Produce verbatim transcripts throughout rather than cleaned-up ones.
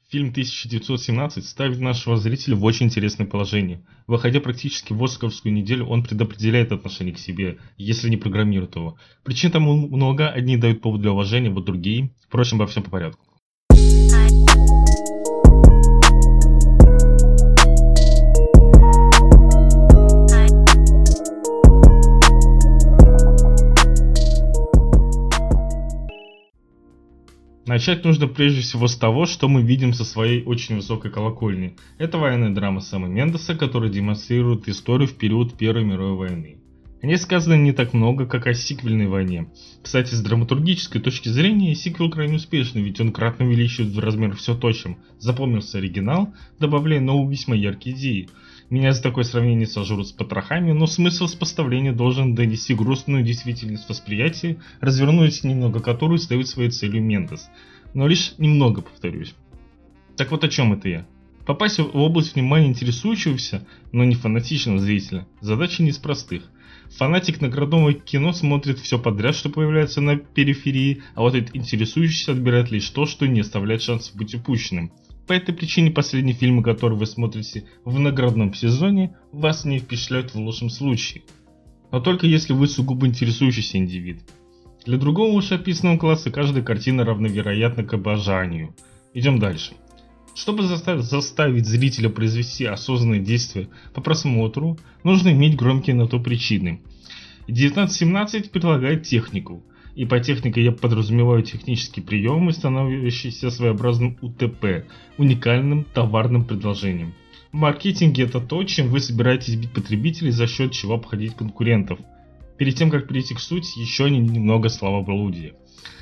Фильм тысяча девятьсот семнадцать ставит нашего зрителя в очень интересное положение. Выходя практически в оскаровскую неделю, он предопределяет отношение к себе, если не программирует его. Причин тому много, одни дают повод для уважения, вот другие. Впрочем, обо всем по порядку. Начать нужно прежде всего с того, что мы видим со своей очень высокой колокольни. Это военная драма Сэма Мендеса, которая демонстрирует историю в период Первой мировой войны. О ней сказано не так много, как о сиквельной войне. Кстати, с драматургической точки зрения, сиквел крайне успешный, ведь он кратно увеличивает в размер все то, чем запомнился оригинал, добавляя новые весьма яркие идеи. Меня за такое сравнение сожрут с потрохами, но смысл сопоставления должен донести грустную действительность восприятия, развернуть немного которую ставит своей целью Мендес. Но лишь немного, повторюсь. Так вот о чем это я. Попасть в область внимания интересующегося, но не фанатичного зрителя, задача не из простых. Фанатик наградного кино смотрит все подряд, что появляется на периферии, а вот этот интересующийся отбирает лишь то, что не оставляет шансов быть упущенным. По этой причине последние фильмы, которые вы смотрите в наградном сезоне, вас не впечатляют в лучшем случае. Но только если вы сугубо интересующийся индивид. Для другого вышеописанного класса каждая картина равновероятна к обожанию. Идем дальше. Чтобы заставить, заставить зрителя произвести осознанное действие по просмотру, нужно иметь громкие на то причины. девятнадцать семнадцать предлагает технику. И по технике я подразумеваю технические приемы, становящиеся своеобразным У Т П, уникальным товарным предложением. В маркетинге это то, чем вы собираетесь бить потребителей, за счет чего обходить конкурентов. Перед тем, как перейти к сути, еще немного словоблудия.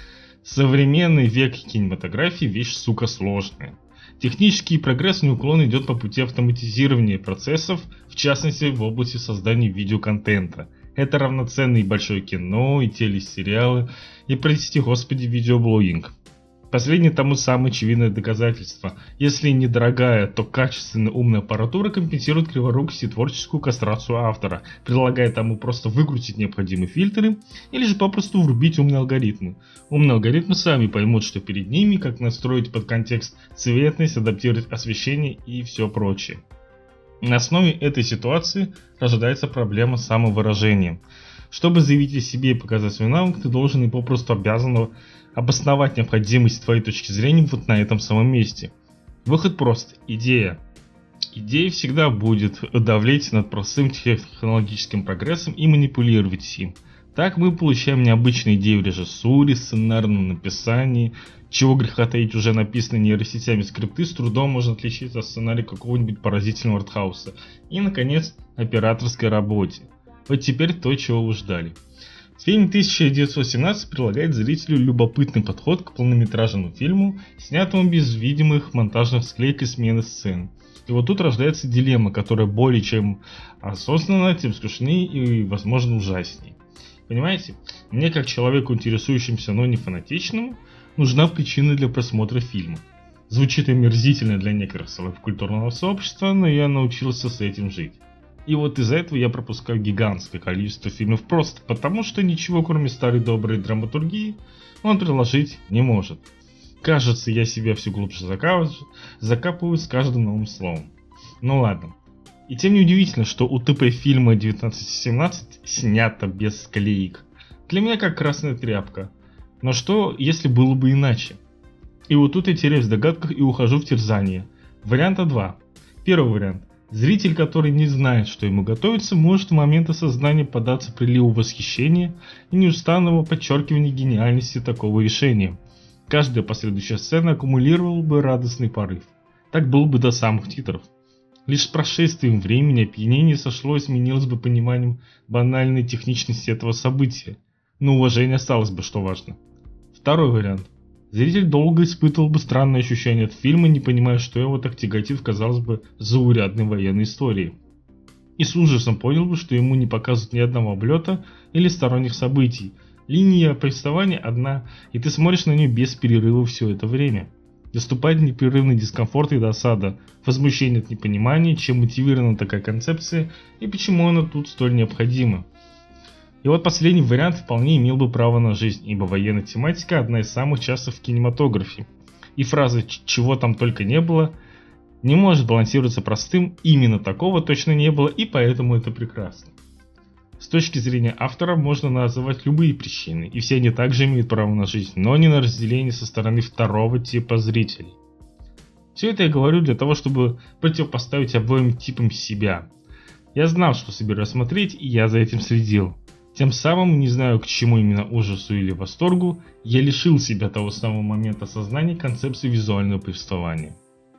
Современный век кинематографии – вещь, сука, сложная. Технический прогресс неуклонно идет по пути автоматизирования процессов, в частности в области создания видеоконтента. Это равноценно и большое кино, и телесериалы, и, простите господи, видеоблогинг. Последнее тому самое очевидное доказательство. Если недорогая, то качественная умная аппаратура компенсирует криворукость и творческую кастрацию автора, предлагая тому просто выкрутить необходимые фильтры, или же попросту врубить умные алгоритмы. Умные алгоритмы сами поймут, что перед ними, как настроить под контекст цветность, адаптировать освещение и все прочее. На основе этой ситуации рождается проблема самовыражения. Чтобы заявить о себе и показать свой навык, ты должен и попросту обязан обосновать необходимость твоей точки зрения вот на этом самом месте. Выход прост. Идея. Идея всегда будет давлеть над простым технологическим прогрессом и манипулировать им. Так мы получаем необычные идеи в режиссуре, сценарном написании. Чего греха таить, уже написанные нейросетями скрипты с трудом можно отличить от сценария какого-нибудь поразительного артхауса. И, наконец, операторской работе. Вот теперь то, чего вы ждали. Фильм тысяча девятьсот семнадцать предлагает зрителю любопытный подход к полнометражному фильму, снятому без видимых монтажных склеек и смены сцен. И вот тут рождается дилемма, которая более чем осознанна, тем скучнее и, возможно, ужаснее. Понимаете, мне как человеку, интересующемуся, но не фанатичному, нужна причина для просмотра фильма. Звучит омерзительно для некоторых слоев культурного сообщества, но я научился с этим жить. И вот из-за этого я пропускаю гигантское количество фильмов просто потому, что ничего кроме старой доброй драматургии он предложить не может. Кажется, я себя все глубже закапываю с каждым новым словом. Ну ладно. И тем не удивительно, что У Т П фильма девятнадцать семнадцать снято без склеек. Для меня как красная тряпка. Но что, если было бы иначе? И вот тут я теряюсь в догадках и ухожу в терзание. Варианта два. Первый вариант. Зритель, который не знает, что ему готовится, может в момент осознания податься приливу восхищения и неустанного подчеркивания гениальности такого решения. Каждая последующая сцена аккумулировала бы радостный порыв. Так было бы до самых титров. Лишь с прошествием времени опьянение сошло и сменилось бы пониманием банальной техничности этого события, но уважение осталось бы, что важно. Второй вариант. Зритель долго испытывал бы странное ощущение от фильма, не понимая, что его так тяготит, казалось бы, заурядной военной истории. И с ужасом понял бы, что ему не показывают ни одного облета или сторонних событий. Линия повествования одна, и ты смотришь на нее без перерыва все это время. Наступает непрерывный дискомфорт и досада, возмущение от непонимания, чем мотивирована такая концепция и почему она тут столь необходима. И вот последний вариант вполне имел бы право на жизнь, ибо военная тематика одна из самых частых в кинематографе. и фраза «чего там только не было» не может балансироваться простым «именно такого точно не было, и поэтому это прекрасно». С точки зрения автора можно называть любые причины, и все они также имеют право на жизнь, но не на разделение со стороны второго типа зрителей. Все это я говорю для того, чтобы противопоставить обоим типам себя. Я знал, что собираюсь смотреть, и я за этим следил. Тем самым, не знаю к чему именно ужасу или восторгу, я лишил себя того самого момента осознания концепции визуального повествования.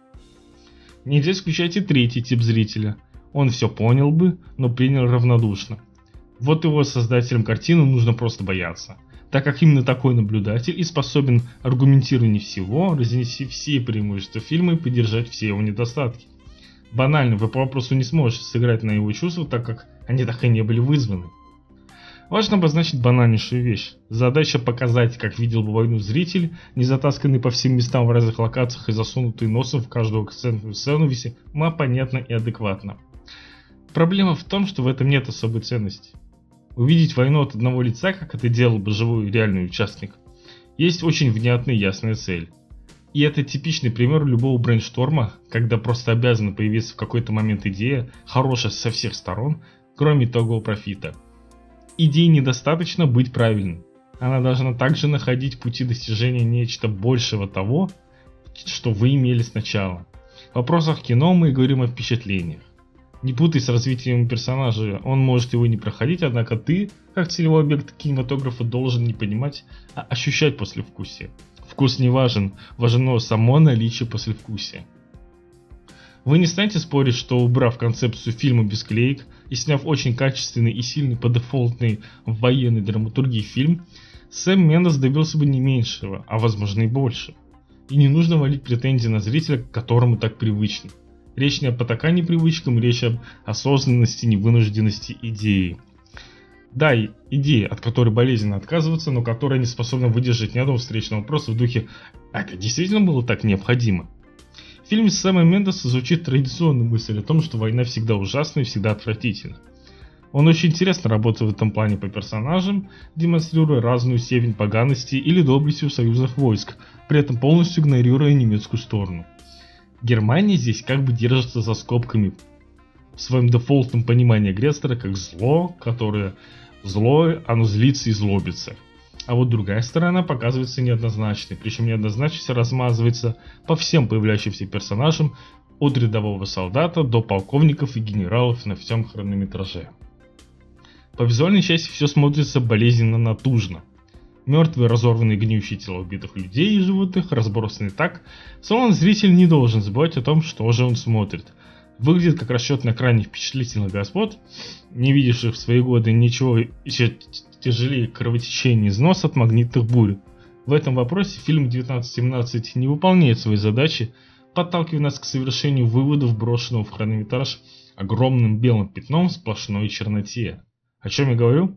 Нельзя исключать и третий тип зрителя. Он все понял бы, но принял равнодушно. Вот его создателям картины нужно просто бояться, так как именно такой наблюдатель и способен аргументирование всего, разнести все преимущества фильма и поддержать все его недостатки. Банально, вы попросту не сможете сыграть на его чувства, так как они так и не были вызваны. Важно обозначить банальнейшую вещь. Задача показать, как видел бы войну зритель, не затасканный по всем местам в разных локациях и засунутый носом в каждую акцентную сцену, весьма понятно и адекватно. Проблема в том, что в этом нет особой ценности. Увидеть войну от одного лица, как это делал бы живой реальный участник, есть очень внятная и ясная цель. И это типичный пример любого брейншторма, когда просто обязана появиться в какой-то момент идея, хорошая со всех сторон, кроме итогового профита. Идее недостаточно быть правильной. Она должна также находить пути достижения нечто большего того, что вы имели сначала. В вопросах кино мы говорим о впечатлениях. Не путай с развитием персонажа, он может его не проходить, однако ты, как целевой объект кинематографа, должен не понимать, а ощущать послевкусие. Вкус не важен, важно само наличие послевкусия. Вы не станете спорить, что убрав концепцию фильма без клеек и сняв очень качественный и сильный по дефолтной военной драматургии фильм, Сэм Мендес добился бы не меньшего, а возможно и больше. И не нужно валить претензии на зрителя, к которому так привычно. Речь не о потакании привычкам, речь об осознанности, невынужденности идеи. Да, идеи, от которой болезненно отказываться, но которая не способна выдержать ни одного встречного вопроса в духе «А это действительно было так необходимо?». В фильме Сэма Мендеса звучит традиционная мысль о том, что война всегда ужасна и всегда отвратительна. Он очень интересно работает в этом плане по персонажам, демонстрируя разную степень поганости или доблести у союзных войск, при этом полностью игнорируя немецкую сторону. Германия здесь как бы держится за скобками в своем дефолтном понимании агрессора как зло, которое злое, оно злится и злобится. А вот другая сторона показывается неоднозначной, причем неоднозначность размазывается по всем появляющимся персонажам, от рядового солдата до полковников и генералов на всем хронометраже. По визуальной части все смотрится болезненно натужно. Мертвые, разорванные, гниющие тела убитых людей и животных разбросаны так, словно зритель не должен забывать о том, что же он смотрит. Выглядит как расчет на крайне впечатлительных господ, не видевших в свои годы ничего еще тяжелее кровотечения из носа от магнитных бурь. В этом вопросе фильм девятнадцать семнадцать не выполняет свои задачи, подталкивая нас к совершению выводов, брошенного в хронометраж огромным белым пятном в сплошной черноте. О чем я говорю?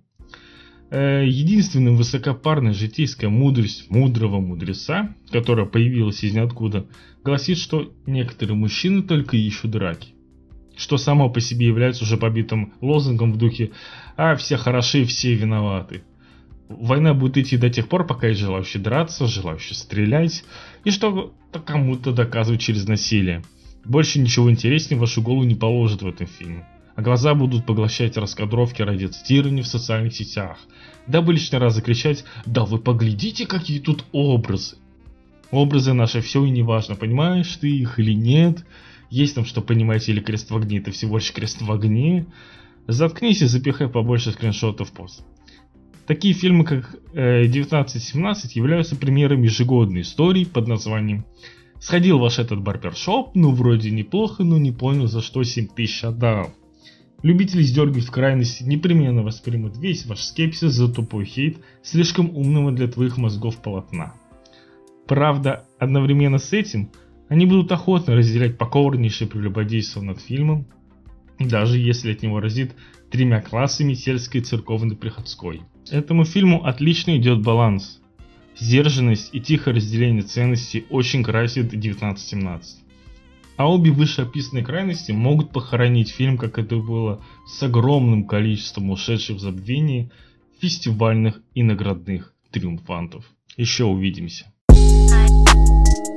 Единственная высокопарная житейская мудрость мудрого мудреца, которая появилась из ниоткуда, гласит, что некоторые мужчины только ищут драки. Что само по себе является уже побитым лозунгом в духе «А все хороши, все виноваты». Война будет идти до тех пор, пока есть желающие драться, желающие стрелять, и что-то кому-то доказывать через насилие. Больше ничего интереснее в вашу голову не положит в этом фильме. А глаза будут поглощать раскадровки ради цитирования в социальных сетях, дабы лишний раз закричать «Да вы поглядите, какие тут образы!». Образы наши все и не важно, понимаешь ты их или нет, есть там что понимать или крест в огне, это всего лишь крест в огне. Заткнись и запихай побольше скриншотов в пост. Такие фильмы, как э, девятнадцать семнадцать, являются примером ежегодной истории под названием «Сходил ваш этот барбершоп, ну вроде неплохо, но не понял, за что семь тысяч отдал». Любители сдергивать в крайности непременно воспримут весь ваш скепсис за тупой хейт слишком умного для твоих мозгов полотна. Правда, одновременно с этим они будут охотно разделять покорнейшее прелюбодейство над фильмом, даже если от него разит тремя классами сельской, церковной, приходской. Этому фильму отлично идет баланс. Сдержанность и тихое разделение ценностей очень красит девятнадцать семнадцать. А обе вышеописанные крайности могут похоронить фильм, как это было с огромным количеством ушедших в забвение фестивальных и наградных триумфантов. Еще увидимся.